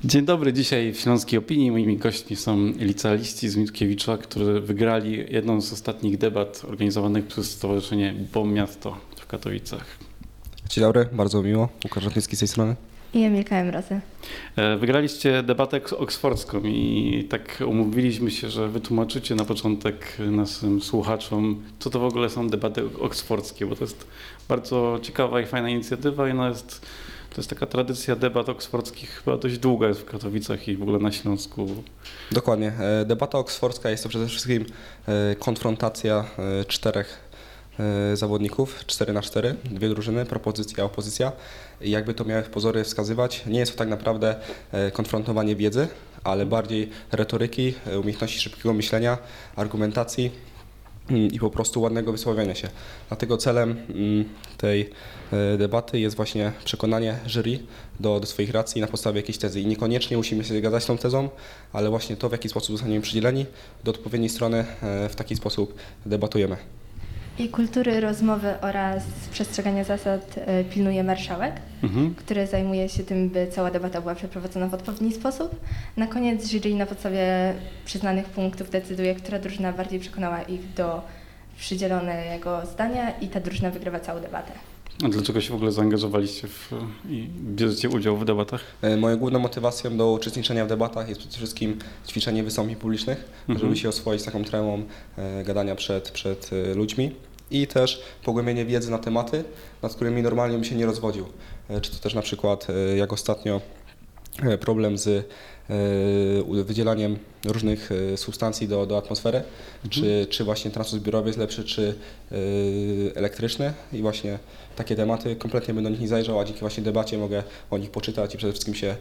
Dzień dobry, dzisiaj w Śląskiej Opinii moimi gośćmi są licealiści z Mickiewicza, którzy wygrali jedną z ostatnich debat organizowanych przez Stowarzyszenie BOM Miasto w Katowicach. Dzień dobry, bardzo miło. Łukasz Rzutnicki z tej strony. I Emilka Mrozy. Wygraliście debatę oksfordzką i tak umówiliśmy się, że wytłumaczycie na początek naszym słuchaczom, co to w ogóle są debaty oksfordzkie, bo to jest bardzo ciekawa i fajna inicjatywa i to jest taka tradycja debat oksfordzkich chyba dość długa jest w Katowicach i w ogóle na Śląsku. Dokładnie. Debata oksfordzka jest to przede wszystkim konfrontacja czterech zawodników, 4x4, dwie drużyny, propozycja, opozycja. I jakby to miały pozory wskazywać, nie jest to tak naprawdę konfrontowanie wiedzy, ale bardziej retoryki, umiejętności szybkiego myślenia, argumentacji i po prostu ładnego wysławiania się. Dlatego celem tej debaty jest właśnie przekonanie jury do swoich racji na podstawie jakiejś tezy. I niekoniecznie musimy się zgadzać z tą tezą, ale właśnie to, w jaki sposób zostaniemy przydzieleni do odpowiedniej strony, w taki sposób debatujemy. I kultury rozmowy oraz przestrzegania zasad pilnuje marszałek, który zajmuje się tym, by cała debata była przeprowadzona w odpowiedni sposób. Na koniec jury na podstawie przyznanych punktów decyduje, która drużyna bardziej przekonała ich do przydzielonego zdania i ta drużyna wygrywa całą debatę. A dlaczego się w ogóle zaangażowaliście i bierzecie udział w debatach? Moją główną motywacją do uczestniczenia w debatach jest przede wszystkim ćwiczenie wystąpień publicznych, żeby się oswoić z taką tremą gadania przed ludźmi i też pogłębienie wiedzy na tematy, nad którymi normalnie bym się nie rozwodził. Czy to też na przykład jak ostatnio problem z wydzielaniem różnych substancji do atmosfery, czy właśnie transport zbiorowy jest lepszy, czy elektryczny i właśnie takie tematy kompletnie bym do nich nie zajrzał, a dzięki właśnie debacie mogę o nich poczytać i przede wszystkim się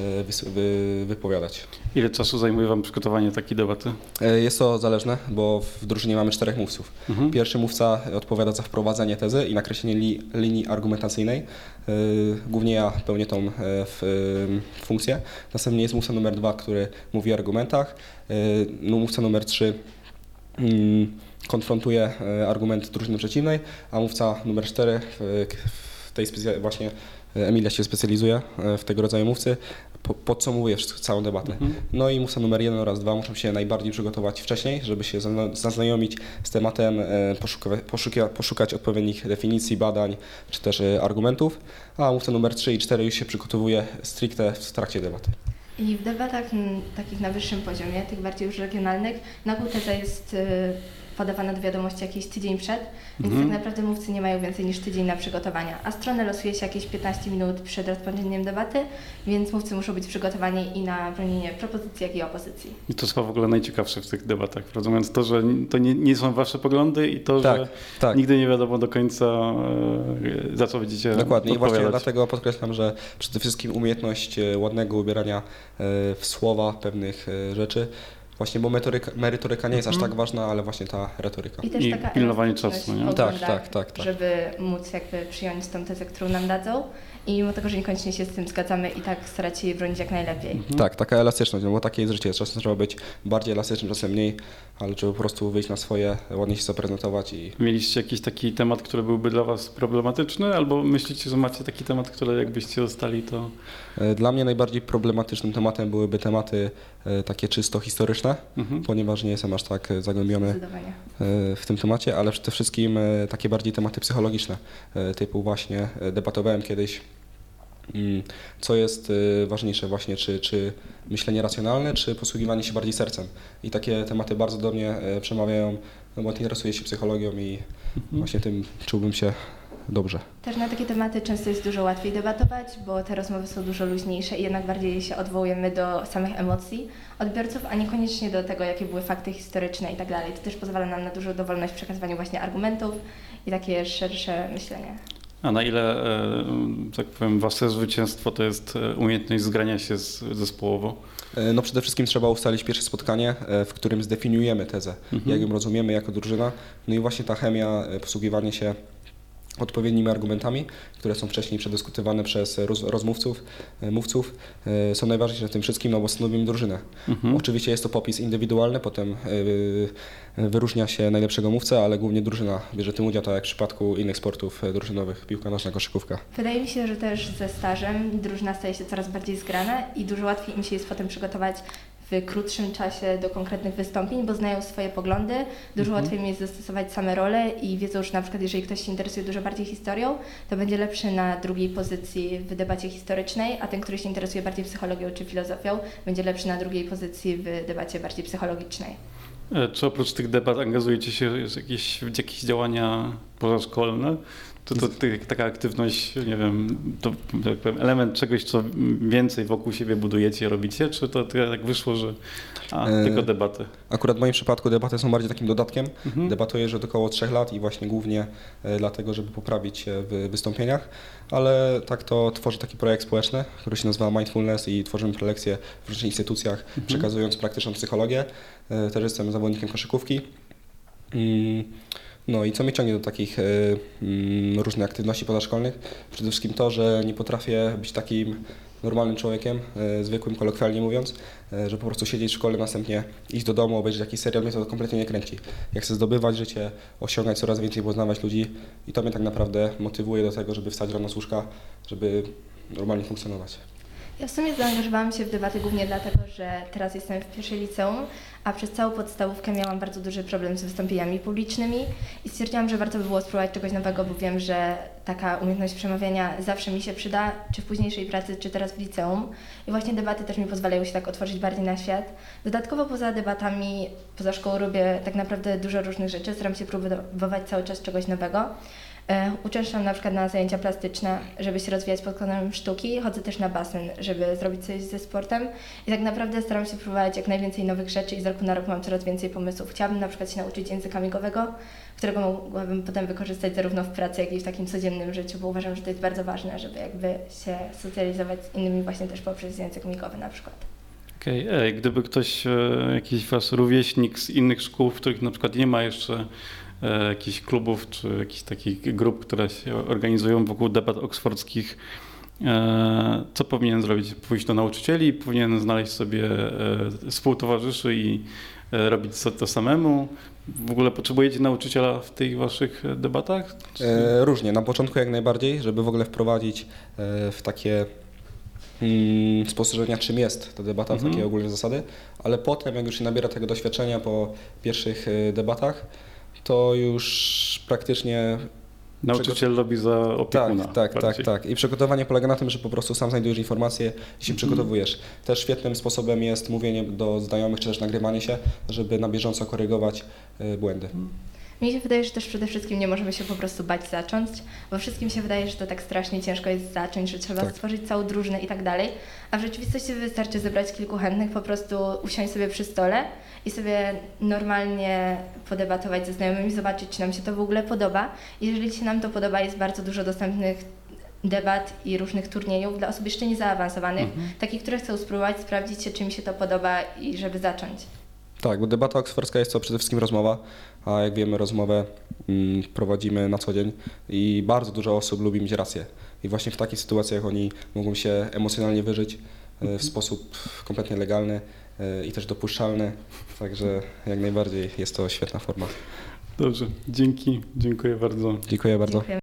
wypowiadać. Ile czasu zajmuje Wam przygotowanie takiej debaty? Jest to zależne, bo w drużynie mamy 4 mówców. Pierwszy mówca odpowiada za wprowadzenie tezy i nakreślenie linii argumentacyjnej. Głównie ja pełnię tą funkcję. Następnie jest mówca numer 2, który mówi o argumentach. Mówca numer 3 konfrontuje argument drużyny przeciwnej, a mówca numer 4 w tej właśnie Emilia się specjalizuje w tego rodzaju mówcy, podsumowuje całą debatę. No i mówca numer 1 oraz 2 muszą się najbardziej przygotować wcześniej, żeby się zaznajomić z tematem, poszukać odpowiednich definicji, badań czy też argumentów, a mówca numer 3 i 4 już się przygotowuje stricte w trakcie debaty. I w debatach takich na wyższym poziomie, tych bardziej już regionalnych, na ogół teza jest podawana do wiadomości jakiś tydzień przed, więc tak naprawdę mówcy nie mają więcej niż tydzień na przygotowania, a stronę losuje się jakieś 15 minut przed rozpoczęciem debaty, więc mówcy muszą być przygotowani i na bronienie propozycji, jak i opozycji. I to chyba w ogóle najciekawsze w tych debatach, rozumiejąc to, że to nie są Wasze poglądy i to, że nigdy nie wiadomo do końca, za co będziecie Dokładnie i właśnie odpowiadać. dlatego podkreślam, że przede wszystkim umiejętność ładnego ubierania w słowa pewnych rzeczy. Właśnie, bo merytoryka nie jest aż tak ważna, ale właśnie ta retoryka. I też I taka pilnowanie elastyczność czasu, nie? w poglądach, Tak. żeby móc jakby przyjąć tą tezę, którą nam dadzą i mimo tego, że niekoniecznie się z tym zgadzamy i tak starać się jej bronić jak najlepiej. Tak, taka elastyczność, no bo takie jest życie. Czasem trzeba być bardziej elastycznym, czasem mniej, ale trzeba po prostu wyjść na swoje, ładnie się zaprezentować i... Mieliście jakiś taki temat, który byłby dla Was problematyczny, albo myślicie, że macie taki temat, który jakbyście dostali, to... Dla mnie najbardziej problematycznym tematem byłyby tematy takie czysto historyczne, ponieważ nie jestem aż tak zagłębiony w tym temacie, ale przede wszystkim takie bardziej tematy psychologiczne, typu właśnie debatowałem kiedyś, co jest ważniejsze właśnie, czy myślenie racjonalne, czy posługiwanie się bardziej sercem. I takie tematy bardzo do mnie przemawiają, no bo interesuję się psychologią i właśnie tym czułbym się dobrze. Też na takie tematy często jest dużo łatwiej debatować, bo te rozmowy są dużo luźniejsze i jednak bardziej się odwołujemy do samych emocji odbiorców, a niekoniecznie do tego, jakie były fakty historyczne i tak dalej. To też pozwala nam na dużą dowolność w przekazywaniu właśnie argumentów i takie szersze myślenie. A na ile, tak powiem, Wasze zwycięstwo to jest umiejętność zgrania się zespołowo? No przede wszystkim trzeba ustalić pierwsze spotkanie, w którym zdefiniujemy tezę, jak ją rozumiemy jako drużyna. No i właśnie ta chemia, posługiwanie się odpowiednimi argumentami, które są wcześniej przedyskutowane przez mówców, są najważniejsze w tym wszystkim, no bo stanowimy drużynę. Oczywiście jest to popis indywidualny, potem wyróżnia się najlepszego mówcę, ale głównie drużyna bierze w tym udział, tak jak w przypadku innych sportów drużynowych, piłka nożna, koszykówka. Wydaje mi się, że też ze stażem drużyna staje się coraz bardziej zgrana i dużo łatwiej im się jest potem przygotować w krótszym czasie do konkretnych wystąpień, bo znają swoje poglądy, dużo łatwiej im jest zastosować same role i wiedzą, że na przykład jeżeli ktoś się interesuje dużo bardziej historią, to będzie lepszy na drugiej pozycji w debacie historycznej, a ten, który się interesuje bardziej psychologią czy filozofią, będzie lepszy na drugiej pozycji w debacie bardziej psychologicznej. Czy oprócz tych debat angażujecie się w jakieś działania pozaszkolne? To taka aktywność, nie wiem, to tak powiem, element czegoś, co więcej wokół siebie budujecie, robicie, czy to tak wyszło, że tylko debaty? Akurat w moim przypadku debaty są bardziej takim dodatkiem. Debatuję już od około 3 lat i właśnie głównie dlatego, żeby poprawić się w wystąpieniach, ale tak to tworzę taki projekt społeczny, który się nazywa Mindfulness i tworzymy prelekcje w różnych instytucjach, przekazując praktyczną psychologię. Też jestem zawodnikiem koszykówki. No i co mnie ciągnie do takich różnych aktywności pozaszkolnych? Przede wszystkim to, że nie potrafię być takim normalnym człowiekiem, zwykłym, kolokwialnie mówiąc, że po prostu siedzieć w szkole, następnie iść do domu, obejrzeć jakiś serial, mnie to kompletnie nie kręci. Ja chcę zdobywać życie, osiągać coraz więcej, poznawać ludzi i to mnie tak naprawdę motywuje do tego, żeby wstać rano z łóżka, żeby normalnie funkcjonować. Ja w sumie zaangażowałam się w debaty głównie dlatego, że teraz jestem w pierwszej liceum, a przez całą podstawówkę miałam bardzo duży problem z wystąpieniami publicznymi i stwierdziłam, że warto by było spróbować czegoś nowego, bo wiem, że taka umiejętność przemawiania zawsze mi się przyda, czy w późniejszej pracy, czy teraz w liceum. I właśnie debaty też mi pozwalają się tak otworzyć bardziej na świat. Dodatkowo poza debatami, poza szkołą robię tak naprawdę dużo różnych rzeczy, staram się próbować cały czas czegoś nowego. Uczęszczam na przykład na zajęcia plastyczne, żeby się rozwijać pod kątem sztuki. Chodzę też na basen, żeby zrobić coś ze sportem. I tak naprawdę staram się próbować jak najwięcej nowych rzeczy i z roku na rok mam coraz więcej pomysłów. Chciałabym na przykład się nauczyć języka migowego, którego mogłabym potem wykorzystać zarówno w pracy, jak i w takim codziennym życiu, bo uważam, że to jest bardzo ważne, żeby jakby się socjalizować z innymi właśnie też poprzez język migowy na przykład. Okej. Gdyby ktoś, jakiś wasz rówieśnik z innych szkół, w których na przykład nie ma jeszcze jakichś klubów czy jakichś takich grup, które się organizują wokół debat oksfordzkich, co powinien zrobić? Pójść do nauczycieli, powinien znaleźć sobie współtowarzyszy i robić to samemu? W ogóle potrzebujecie nauczyciela w tych waszych debatach? Różnie. Na początku jak najbardziej, żeby w ogóle wprowadzić w takie spostrzeżenia, czym jest ta debata, w takie ogólne zasady, ale potem jak już się nabiera tego doświadczenia po pierwszych debatach, to już praktycznie Nauczyciel robi za opiekuna. Tak. I przygotowanie polega na tym, że po prostu sam znajdujesz informacje i się przygotowujesz. Też świetnym sposobem jest mówienie do znajomych, czy też nagrywanie się, żeby na bieżąco korygować błędy. Mi się wydaje, że też przede wszystkim nie możemy się po prostu bać zacząć, bo wszystkim się wydaje, że to tak strasznie ciężko jest zacząć, że trzeba stworzyć całą drużynę i tak dalej, a w rzeczywistości wystarczy zebrać kilku chętnych, po prostu usiąść sobie przy stole i sobie normalnie podebatować ze znajomymi, zobaczyć, czy nam się to w ogóle podoba. Jeżeli się nam to podoba, jest bardzo dużo dostępnych debat i różnych turniejów dla osób jeszcze nie zaawansowanych, takich, które chcą spróbować, sprawdzić się, czy im się to podoba i żeby zacząć. Tak, bo debata oksfordzka jest to przede wszystkim rozmowa, a jak wiemy rozmowę prowadzimy na co dzień i bardzo dużo osób lubi mieć rację. I właśnie w takich sytuacjach oni mogą się emocjonalnie wyżyć w sposób kompletnie legalny i też dopuszczalny, także jak najbardziej jest to świetna forma. Dobrze, dziękuję bardzo. Dziękuję bardzo. Dziękuję.